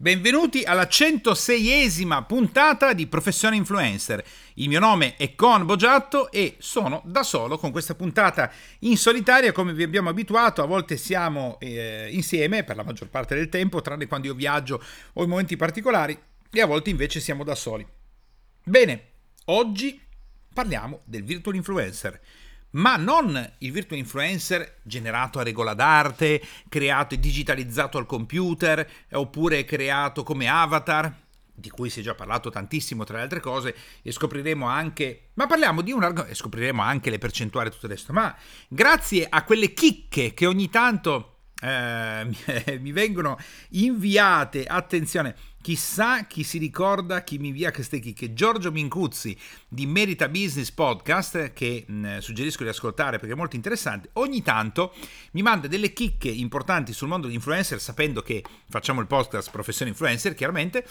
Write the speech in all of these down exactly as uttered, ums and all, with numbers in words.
Benvenuti alla centoseiesima puntata di Professione Influencer. Il mio nome è Con Boggiatto e sono da solo con questa puntata in solitaria, come vi abbiamo abituato. A volte siamo eh, insieme per la maggior parte del tempo, tranne quando io viaggio o in momenti particolari, e a volte invece siamo da soli. Bene, oggi parliamo del virtual influencer. Ma non il virtual influencer generato a regola d'arte, creato e digitalizzato al computer, oppure creato come avatar, di cui si è già parlato tantissimo tra le altre cose, e scopriremo anche, ma parliamo di un argomento, e scopriremo anche le percentuali e tutto il resto, ma grazie a quelle chicche che ogni tanto eh, mi vengono inviate, attenzione, chissà chi si ricorda chi mi invia queste chicche. Giorgio Mincuzzi di Merita Business Podcast, che mh, suggerisco di ascoltare perché è molto interessante, ogni tanto mi manda delle chicche importanti sul mondo dell'influencer, sapendo che facciamo il podcast Professione Influencer, chiaramente,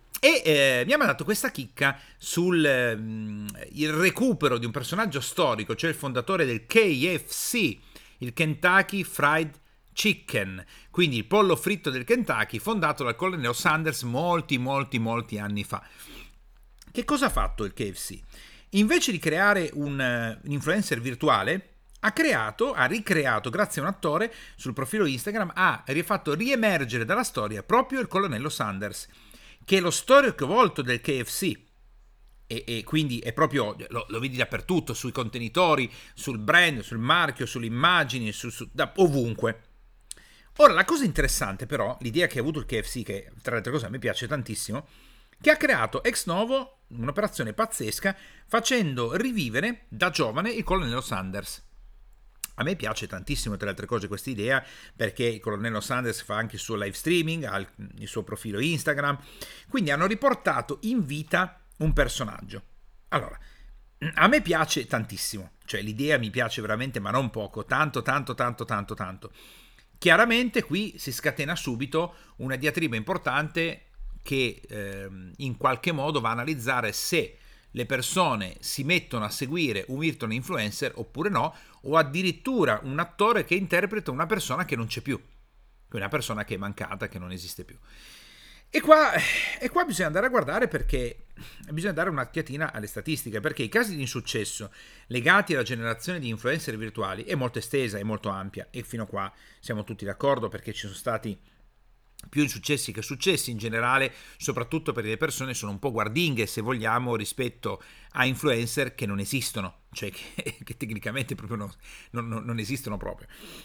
e eh, mi ha mandato questa chicca sul eh, il recupero di un personaggio storico, cioè il fondatore del K F C, il Kentucky Fried Chicken, quindi il pollo fritto del Kentucky, fondato dal colonnello Sanders molti molti molti anni fa. Che cosa ha fatto il K F C? Invece di creare un, uh, un influencer virtuale, ha creato, ha ricreato, grazie a un attore sul profilo Instagram, ha rifatto riemergere dalla storia proprio il colonnello Sanders, che è lo storico volto del K F C. E, e quindi è proprio, lo, lo vedi dappertutto, sui contenitori, sul brand, sul marchio, sulle immagini, su, su, da, ovunque. Ora, la cosa interessante però, l'idea che ha avuto il K F C, che tra le altre cose a me piace tantissimo, che ha creato ex novo un'operazione pazzesca facendo rivivere da giovane il colonnello Sanders. A me piace tantissimo, tra le altre cose, questa idea, perché il colonnello Sanders fa anche il suo live streaming, ha il, il suo profilo Instagram, quindi hanno riportato in vita un personaggio. Allora, a me piace tantissimo, cioè l'idea mi piace veramente, ma non poco, tanto, tanto, tanto, tanto, tanto. Chiaramente qui si scatena subito una diatriba importante che eh, in qualche modo va a analizzare se le persone si mettono a seguire un virtual influencer oppure no, o addirittura un attore che interpreta una persona che non c'è più, una persona che è mancata, che non esiste più. E qua, e qua bisogna andare a guardare, perché bisogna dare un'occhiatina alle statistiche, perché i casi di insuccesso legati alla generazione di influencer virtuali è molto estesa, è molto ampia, e fino a qua siamo tutti d'accordo, perché ci sono stati più insuccessi che successi in generale, soprattutto perché le persone sono un po' guardinghe, se vogliamo, rispetto a influencer che non esistono, cioè che, che tecnicamente proprio non, non, non esistono proprio.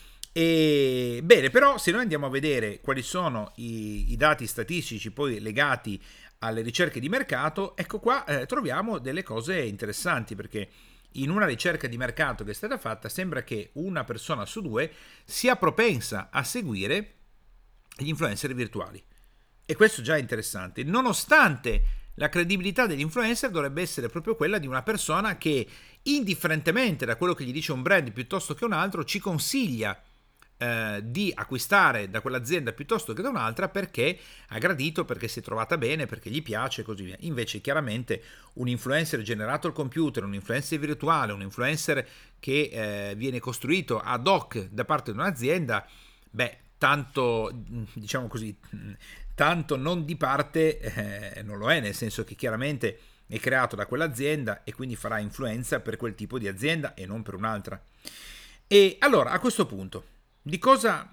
E, bene, però se noi andiamo a vedere quali sono i, i dati statistici poi legati alle ricerche di mercato, ecco qua eh, troviamo delle cose interessanti, perché in una ricerca di mercato che è stata fatta sembra che una persona su due sia propensa a seguire gli influencer virtuali, e questo già è interessante, nonostante la credibilità degli influencer dovrebbe essere proprio quella di una persona che, indifferentemente da quello che gli dice un brand piuttosto che un altro, ci consiglia Eh, di acquistare da quell'azienda piuttosto che da un'altra, perché ha gradito, perché si è trovata bene, perché gli piace e così via. Invece chiaramente un influencer generato al computer, un influencer virtuale, un influencer che eh, viene costruito ad hoc da parte di un'azienda, beh, tanto, diciamo così, tanto non di parte eh, non lo è, nel senso che chiaramente è creato da quell'azienda e quindi farà influenza per quel tipo di azienda e non per un'altra. E allora, a questo punto, di cosa,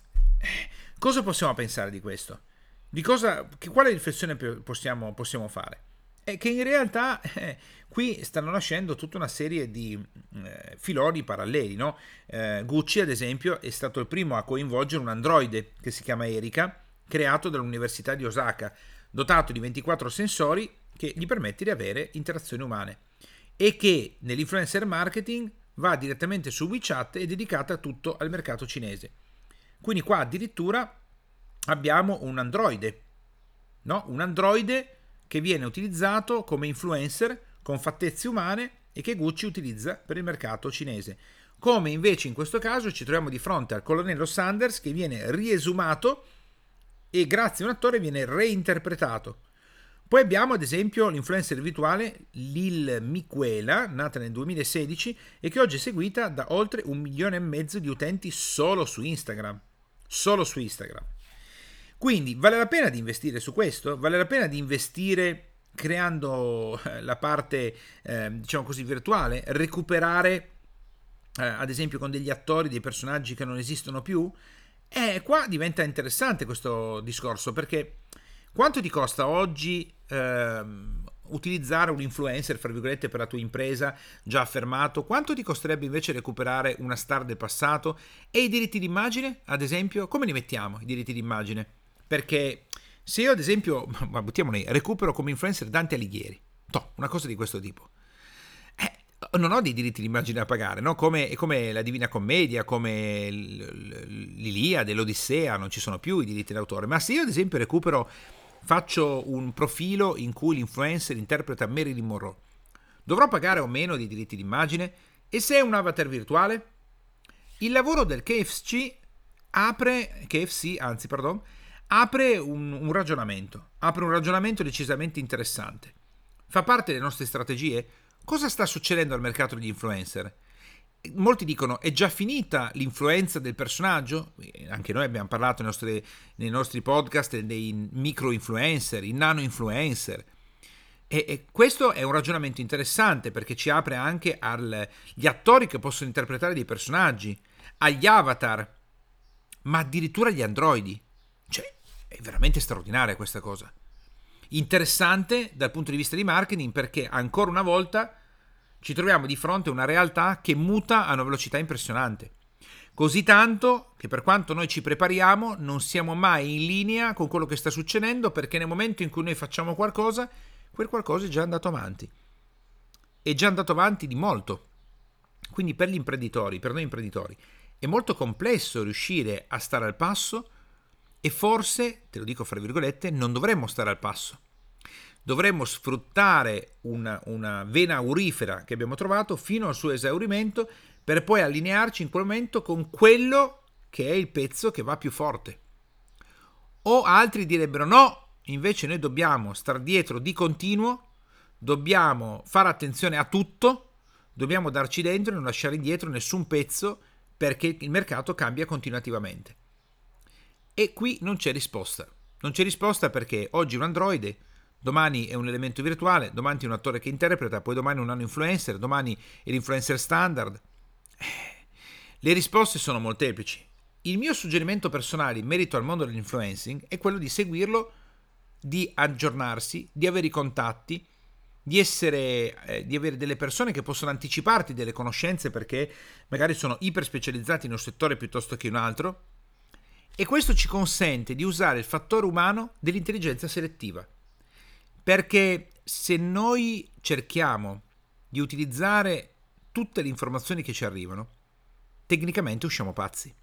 cosa possiamo pensare di questo? Di cosa, che, quale riflessione possiamo, possiamo fare? È che in realtà eh, qui stanno nascendo tutta una serie di eh, filoni paralleli, no? Eh, Gucci, ad esempio, è stato il primo a coinvolgere un androide che si chiama Erika, creato dall'Università di Osaka, dotato di ventiquattro sensori che gli permette di avere interazioni umane, e che nell'influencer marketing va direttamente su WeChat e è dedicata tutto al mercato cinese. Quindi qua addirittura abbiamo un androide, no? Un androide che viene utilizzato come influencer con fattezze umane e che Gucci utilizza per il mercato cinese. Come invece in questo caso ci troviamo di fronte al colonnello Sanders, che viene riesumato e grazie a un attore viene reinterpretato. Poi abbiamo ad esempio l'influencer virtuale Lil Miquela, nata nel duemilasedici e che oggi è seguita da oltre un milione e mezzo di utenti solo su Instagram. Solo su Instagram. Quindi vale la pena di investire su questo? Vale la pena di investire creando la parte, eh, diciamo così, virtuale, recuperare eh, ad esempio con degli attori, dei personaggi che non esistono più? E qua diventa interessante questo discorso, perché quanto ti costa oggi ehm, utilizzare un influencer, fra virgolette, per la tua impresa già affermato? Quanto ti costerebbe invece recuperare una star del passato? E i diritti d'immagine, ad esempio, come li mettiamo i diritti d'immagine? Perché se io ad esempio, ma buttiamoli, recupero come influencer Dante Alighieri, toh, una cosa di questo tipo, eh, non ho dei diritti d'immagine da pagare, no? Come, come la Divina Commedia, come l'Iliade, l'Odissea, non ci sono più i diritti d'autore. Ma se io ad esempio recupero, faccio un profilo in cui l'influencer interpreta Marilyn Monroe, dovrò pagare o meno dei diritti d'immagine? E se è un avatar virtuale? Il lavoro del K F C apre, K F C, anzi, pardon, apre un, un ragionamento, apre un ragionamento decisamente interessante. Fa parte delle nostre strategie? Cosa sta succedendo al mercato degli influencer? Molti dicono: è già finita l'influenza del personaggio? Anche noi abbiamo parlato nei nostri, nei nostri podcast dei micro influencer, i nano influencer. E, e questo è un ragionamento interessante, perché ci apre anche agli attori che possono interpretare dei personaggi, agli avatar, ma addirittura agli androidi. Cioè, è veramente straordinaria questa cosa. Interessante dal punto di vista di marketing, perché ancora una volta ci troviamo di fronte a una realtà che muta a una velocità impressionante. Così tanto che, per quanto noi ci prepariamo, non siamo mai in linea con quello che sta succedendo, perché nel momento in cui noi facciamo qualcosa, quel qualcosa è già andato avanti. È già andato avanti di molto. Quindi per gli imprenditori, per noi imprenditori, è molto complesso riuscire a stare al passo. E forse, te lo dico fra virgolette, non dovremmo stare al passo. Dovremmo sfruttare una, una vena aurifera che abbiamo trovato fino al suo esaurimento, per poi allinearci in quel momento con quello che è il pezzo che va più forte. O altri direbbero: no, invece noi dobbiamo star dietro di continuo, dobbiamo fare attenzione a tutto, dobbiamo darci dentro e non lasciare indietro nessun pezzo, perché il mercato cambia continuativamente. E qui non c'è risposta. Non c'è risposta perché oggi un androide, domani è un elemento virtuale, domani è un attore che interpreta, poi domani un nano influencer, domani è l'influencer standard. Le risposte sono molteplici. Il mio suggerimento personale in merito al mondo dell'influencing è quello di seguirlo, di aggiornarsi, di avere i contatti, di essere eh, di avere delle persone che possono anticiparti delle conoscenze, perché magari sono iper specializzati in un settore piuttosto che in un altro. E questo ci consente di usare il fattore umano dell'intelligenza selettiva, perché se noi cerchiamo di utilizzare tutte le informazioni che ci arrivano, tecnicamente usciamo pazzi.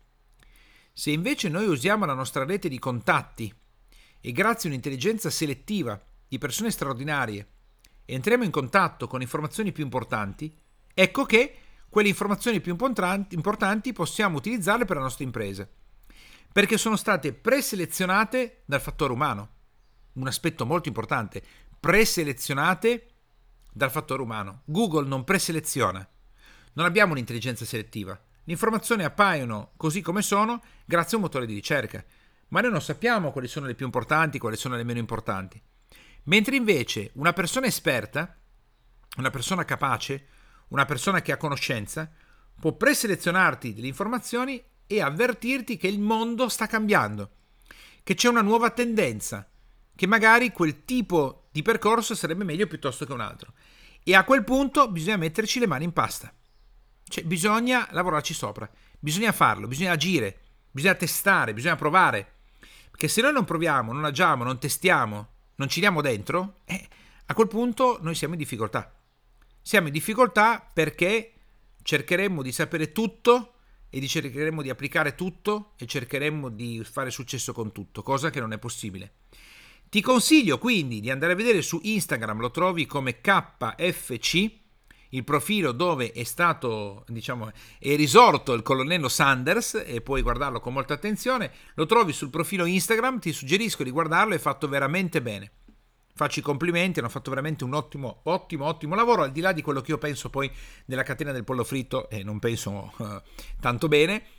Se invece noi usiamo la nostra rete di contatti e grazie a un'intelligenza selettiva di persone straordinarie entriamo in contatto con informazioni più importanti, ecco che quelle informazioni più importanti possiamo utilizzarle per la nostra impresa, perché sono state preselezionate dal fattore umano. Un aspetto molto importante: preselezionate dal fattore umano. Google non preseleziona. Non abbiamo un'intelligenza selettiva. Le informazioni appaiono così come sono grazie a un motore di ricerca, ma noi non sappiamo quali sono le più importanti, quali sono le meno importanti. Mentre invece una persona esperta, una persona capace, una persona che ha conoscenza, può preselezionarti delle informazioni e avvertirti che il mondo sta cambiando, che c'è una nuova tendenza, che magari quel tipo di percorso sarebbe meglio piuttosto che un altro. E a quel punto bisogna metterci le mani in pasta. Cioè bisogna lavorarci sopra, bisogna farlo, bisogna agire, bisogna testare, bisogna provare. Perché se noi non proviamo, non agiamo, non testiamo, non ci diamo dentro, eh, a quel punto noi siamo in difficoltà. Siamo in difficoltà perché cercheremo di sapere tutto e cercheremo di applicare tutto e cercheremo di fare successo con tutto, cosa che non è possibile. Ti consiglio quindi di andare a vedere su Instagram, lo trovi come K F C, il profilo dove è stato, diciamo, è risorto il colonnello Sanders, e puoi guardarlo con molta attenzione. Lo trovi sul profilo Instagram, ti suggerisco di guardarlo, è fatto veramente bene. Faccio i complimenti, hanno fatto veramente un ottimo, ottimo, ottimo lavoro, al di là di quello che io penso poi della catena del pollo fritto, e non penso uh, tanto bene,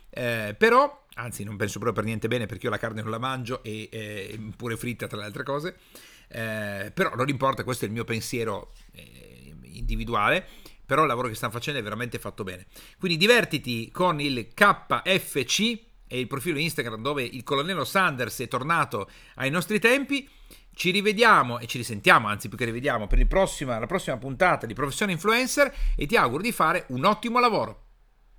eh, però, anzi non penso proprio per niente bene, perché io la carne non la mangio e eh, pure fritta tra le altre cose, eh, però non importa, questo è il mio pensiero eh, individuale. Però il lavoro che stanno facendo è veramente fatto bene. Quindi divertiti con il K F C e il profilo Instagram dove il colonnello Sanders è tornato ai nostri tempi. Ci rivediamo e ci risentiamo, anzi più che rivediamo, per il prossima, la prossima puntata di Professione Influencer, e ti auguro di fare un ottimo lavoro.